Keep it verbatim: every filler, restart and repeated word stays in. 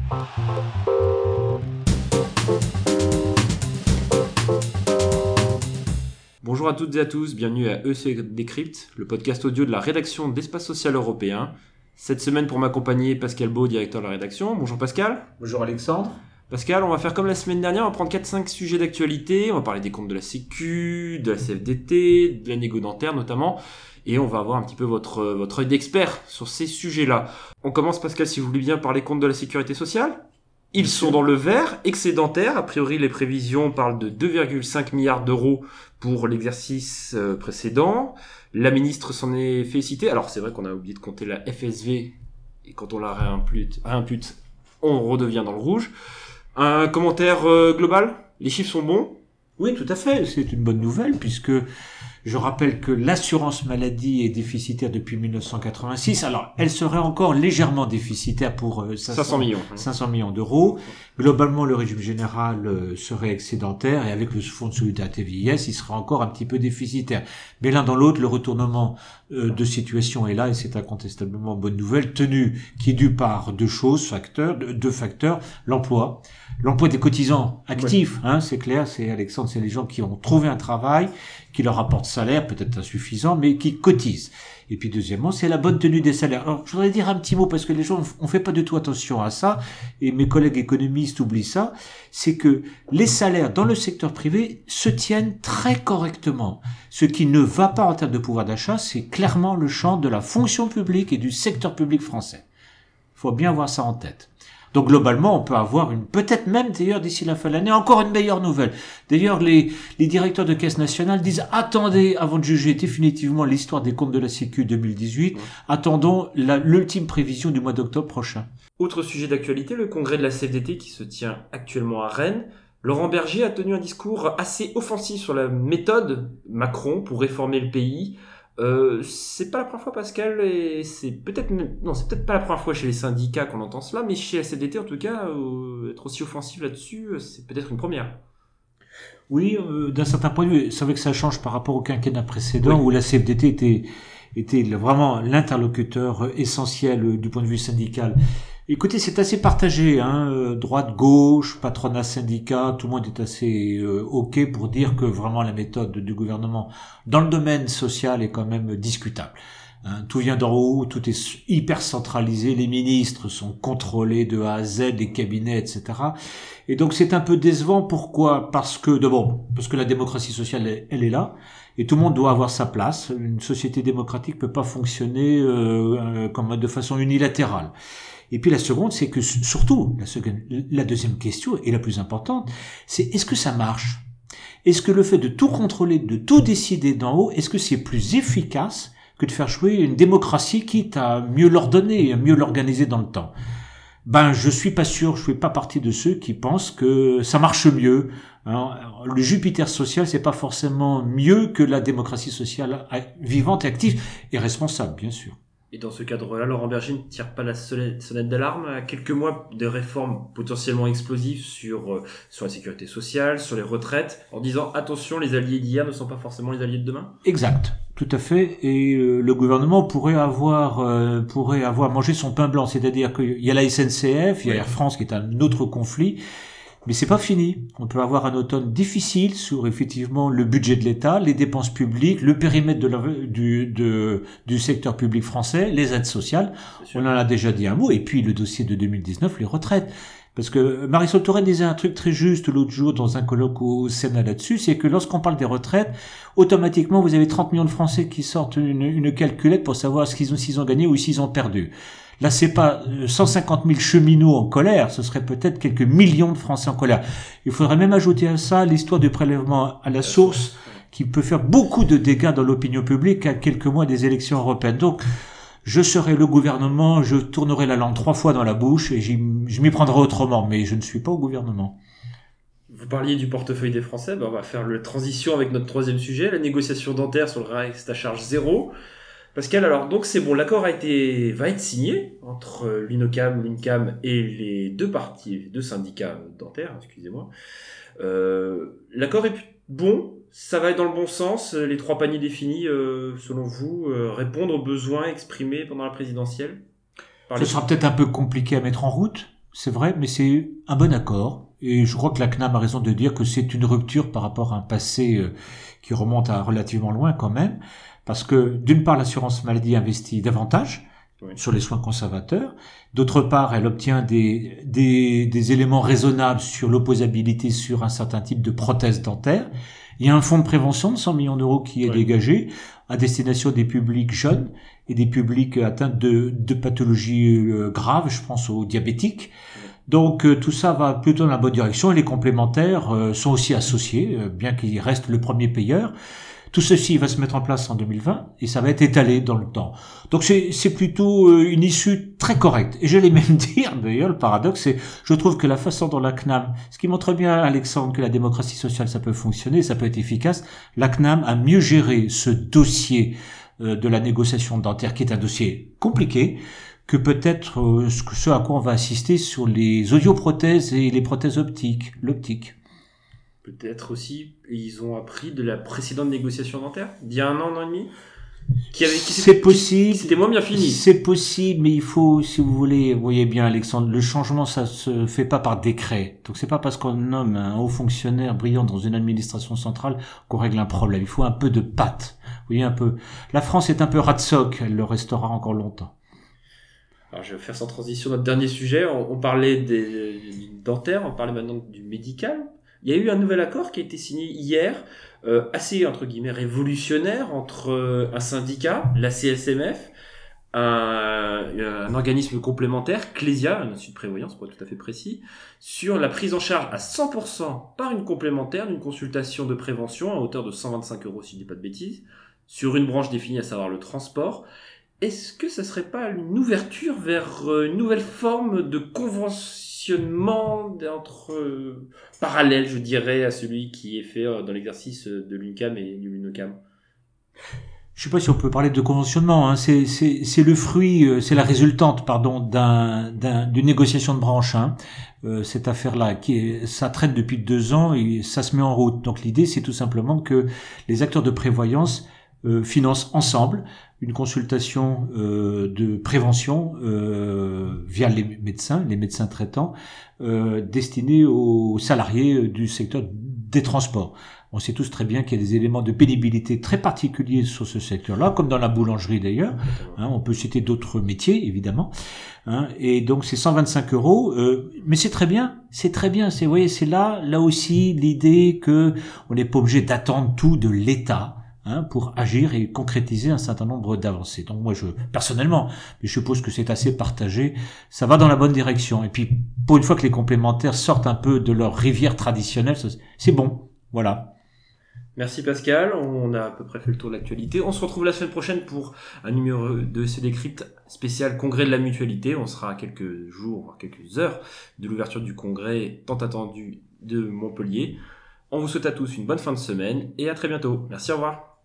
Bonjour à toutes et à tous, bienvenue à E C Décrypte, le podcast audio de la rédaction d'Espace Social Européen. Cette semaine, pour m'accompagner, Pascal Beau, directeur de la rédaction. Bonjour Pascal. Bonjour Alexandre. Pascal, on va faire comme la semaine dernière, on va prendre quatre cinq sujets d'actualité. On va parler des comptes de la Sécu, de la C F D T, de la négo dentaire notamment. Et on va avoir un petit peu votre, votre œil d'expert sur ces sujets-là. On commence, Pascal, si vous voulez bien, par les comptes de la Sécurité sociale. Ils sont dans le vert, excédentaires. A priori, les prévisions parlent de deux virgule cinq milliards d'euros pour l'exercice précédent. La ministre s'en est félicitée. Alors, c'est vrai qu'on a oublié de compter la F S V. Et quand on la réimpute, réimpute on redevient dans le rouge. Un commentaire euh, global ? Les chiffres sont bons ? Oui, tout à fait. C'est une bonne nouvelle puisque je rappelle que l'assurance maladie est déficitaire depuis mille neuf cent quatre-vingt-six. Alors, elle serait encore légèrement déficitaire pour euh, cinq cents millions. cinq cents millions d'euros. Globalement, le régime général euh, serait excédentaire et avec le fonds de solidarité vieillesse, il serait encore un petit peu déficitaire. Mais l'un dans l'autre, le retournement euh, de situation est là et c'est incontestablement une bonne nouvelle, tenu qui est dû par deux choses, facteurs, deux facteurs, l'emploi. L'emploi des cotisants actifs, ouais. hein, c'est clair, c'est Alexandre, c'est les gens qui ont trouvé un travail, qui leur apportent salaire, peut-être insuffisant, mais qui cotisent. Et puis deuxièmement, c'est la bonne tenue des salaires. Alors, je voudrais dire un petit mot, parce que les gens, on fait pas du tout attention à ça, et mes collègues économistes oublient ça, c'est que les salaires dans le secteur privé se tiennent très correctement. Ce qui ne va pas en termes de pouvoir d'achat, c'est clairement le champ de la fonction publique et du secteur public français. Il faut bien avoir ça en tête. Donc globalement, on peut avoir une, peut-être même d'ailleurs d'ici la fin de l'année, encore une meilleure nouvelle. D'ailleurs, les, les directeurs de caisse nationale disent attendez avant de juger définitivement l'histoire des comptes de la Sécu deux mille dix-huit, ouais. attendons la, l'ultime prévision du mois d'octobre prochain. Autre sujet d'actualité, le congrès de la C F D T qui se tient actuellement à Rennes. Laurent Berger a tenu un discours assez offensif sur la méthode Macron pour réformer le pays. Euh, c'est pas la première fois, Pascal, et c'est peut-être non, c'est peut-être pas la première fois chez les syndicats qu'on entend cela, mais chez la C F D T en tout cas, euh, être aussi offensif là-dessus, c'est peut-être une première. Oui, euh, d'un certain point de vue, c'est vrai que ça change par rapport au quinquennat précédent, oui. où la C F D T était était vraiment l'interlocuteur essentiel du point de vue syndical. Écoutez, c'est assez partagé, hein, droite, gauche, patronat, syndicat, tout le monde est assez euh, ok pour dire que vraiment la méthode du gouvernement dans le domaine social est quand même discutable. Hein, tout vient d'en haut, tout est hyper centralisé, les ministres sont contrôlés de A à Z, les cabinets, et cetera. Et donc c'est un peu décevant. Pourquoi ? Parce que d'abord, parce que la démocratie sociale, elle, elle est là. Et tout le monde doit avoir sa place. Une société démocratique peut pas fonctionner euh, comme de façon unilatérale. Et puis la seconde, c'est que surtout, la, seconde, la deuxième question, et la plus importante, c'est est-ce que ça marche ? Est-ce que le fait de tout contrôler, de tout décider d'en haut, est-ce que c'est plus efficace que de faire jouer une démocratie quitte à mieux l'ordonner, à mieux l'organiser dans le temps ? Ben, je suis pas sûr, je fais pas partie de ceux qui pensent que ça marche mieux. Alors, le Jupiter social, c'est pas forcément mieux que la démocratie sociale vivante et active et responsable, bien sûr. Et dans ce cadre-là, Laurent Berger ne tire pas la sonnette d'alarme à quelques mois de réformes potentiellement explosives sur, euh, sur la sécurité sociale, sur les retraites, en disant attention, les alliés d'hier ne sont pas forcément les alliés de demain ? Exact, tout à fait. Et euh, le gouvernement pourrait avoir euh, pourrait avoir mangé son pain blanc, c'est-à-dire qu'il y a la S N C F, il y a oui. Air France qui est un autre conflit. Mais c'est pas fini. On peut avoir un automne difficile sur effectivement le budget de l'État, les dépenses publiques, le périmètre de la, du, de, du secteur public français, les aides sociales. On en a déjà dit un mot. Et puis le dossier de deux mille dix-neuf, les retraites. Parce que Marisol Touraine disait un truc très juste l'autre jour dans un colloque au Sénat là-dessus, c'est que lorsqu'on parle des retraites, automatiquement vous avez trente millions de Français qui sortent une, une calculette pour savoir ce qu'ils ont, s'ils ont gagné ou s'ils ont perdu. Là, c'est pas cent cinquante mille cheminots en colère, ce serait peut-être quelques millions de Français en colère. Il faudrait même ajouter à ça l'histoire du prélèvement à la source, qui peut faire beaucoup de dégâts dans l'opinion publique à quelques mois des élections européennes. Donc, je serai le gouvernement, je tournerai la langue trois fois dans la bouche et j'y, je m'y prendrai autrement, mais je ne suis pas au gouvernement. Vous parliez du portefeuille des Français, ben on va faire la transition avec notre troisième sujet, la négociation dentaire sur le reste à charge zéro. Pascal, alors donc c'est bon, l'accord a été, va être signé entre l'UNOCAM, l'UNCAM et les deux parties, les deux syndicats dentaires, excusez-moi. Euh, l'accord est bon, ça va être dans le bon sens, les trois paniers définis, euh, selon vous, euh, répondre aux besoins exprimés pendant la présidentielle. Ce sera peut-être un peu compliqué à mettre en route. c'est vrai, mais c'est un bon accord. Et je crois que la C N A M a raison de dire que c'est une rupture par rapport à un passé euh, qui remonte à relativement loin quand même. Parce que d'une part, l'assurance maladie investit davantage oui. sur les soins conservateurs. D'autre part, elle obtient des, des, des éléments raisonnables sur l'opposabilité sur un certain type de prothèse dentaire. Il y a un fonds de prévention de cent millions d'euros qui est oui. dégagé à destination des publics jeunes et des publics atteints de, de pathologies graves, je pense aux diabétiques. Donc euh, tout ça va plutôt dans la bonne direction et les complémentaires euh, sont aussi associés, euh, bien qu'ils restent le premier payeur. Tout ceci va se mettre en place en deux mille vingt et ça va être étalé dans le temps. Donc c'est, c'est plutôt euh, une issue très correcte. Et j'allais même dire, d'ailleurs, le paradoxe, c'est je trouve que la façon dont la C N A M, ce qui montre bien, Alexandre, que la démocratie sociale, ça peut fonctionner, ça peut être efficace, la C N A M a mieux géré ce dossier euh, de la négociation dentaire, qui est un dossier compliqué, que peut-être euh, ce, ce à quoi on va assister sur les audioprothèses et les prothèses optiques, l'optique. Peut-être aussi, ils ont appris de la précédente négociation dentaire, d'il y a un an, un an et demi, qui avait, qui c'est possible. Qui, c'était moins bien fini. C'est possible, mais il faut, si vous voulez, vous voyez bien, Alexandre, le changement, ça se fait pas par décret. Donc c'est pas parce qu'on nomme un haut fonctionnaire brillant dans une administration centrale qu'on règle un problème. Il faut un peu de patte. Vous voyez un peu. La France est un peu rat-soc, elle le restera encore longtemps. Alors je vais faire sans transition notre dernier sujet. On, on parlait des, du dentaire, on parlait maintenant du médical. Il y a eu un nouvel accord qui a été signé hier, euh, assez entre guillemets révolutionnaire, entre euh, un syndicat, la C S M F, un, un organisme complémentaire, Clésia, un institut de prévoyance pour être tout à fait précis, sur la prise en charge à cent pour cent par une complémentaire d'une consultation de prévention à hauteur de cent vingt-cinq euros si je dis pas de bêtises, sur une branche définie, à savoir le transport. Est-ce que ça serait pas une ouverture vers une nouvelle forme de conventionnement entre euh, parallèle, je dirais, à celui qui est fait dans l'exercice de l'UNCAM et du LUNOCAM? Je sais pas si on peut parler de conventionnement. Hein. C'est, c'est, c'est le fruit, c'est la résultante, pardon, d'un, d'un, d'une négociation de branche. Hein. Euh, cette affaire-là, qui est, ça traîne depuis deux ans et ça se met en route. Donc l'idée, c'est tout simplement que les acteurs de prévoyance euh, financent ensemble une consultation euh, de prévention euh, via les médecins, les médecins traitants, euh, destinée aux salariés du secteur des transports. On sait tous très bien qu'il y a des éléments de pénibilité très particuliers sur ce secteur-là, comme dans la boulangerie d'ailleurs. Hein, on peut citer d'autres métiers, évidemment. Hein, et donc c'est cent vingt-cinq euros, euh, mais c'est très bien, c'est très bien. C'est, vous voyez, c'est là, là aussi l'idée que on n'est pas obligé d'attendre tout de l'État. Hein, pour agir et concrétiser un certain nombre d'avancées. Donc moi, je personnellement, mais je suppose que c'est assez partagé, ça va dans la bonne direction. Et puis, pour une fois que les complémentaires sortent un peu de leur rivière traditionnelle, c'est bon. Voilà. Merci Pascal, on a à peu près fait le tour de l'actualité. On se retrouve la semaine prochaine pour un numéro de C Décrypte spécial congrès de la mutualité. On sera à quelques jours, voire quelques heures de l'ouverture du congrès tant attendu de Montpellier. On vous souhaite à tous une bonne fin de semaine et à très bientôt. Merci, au revoir.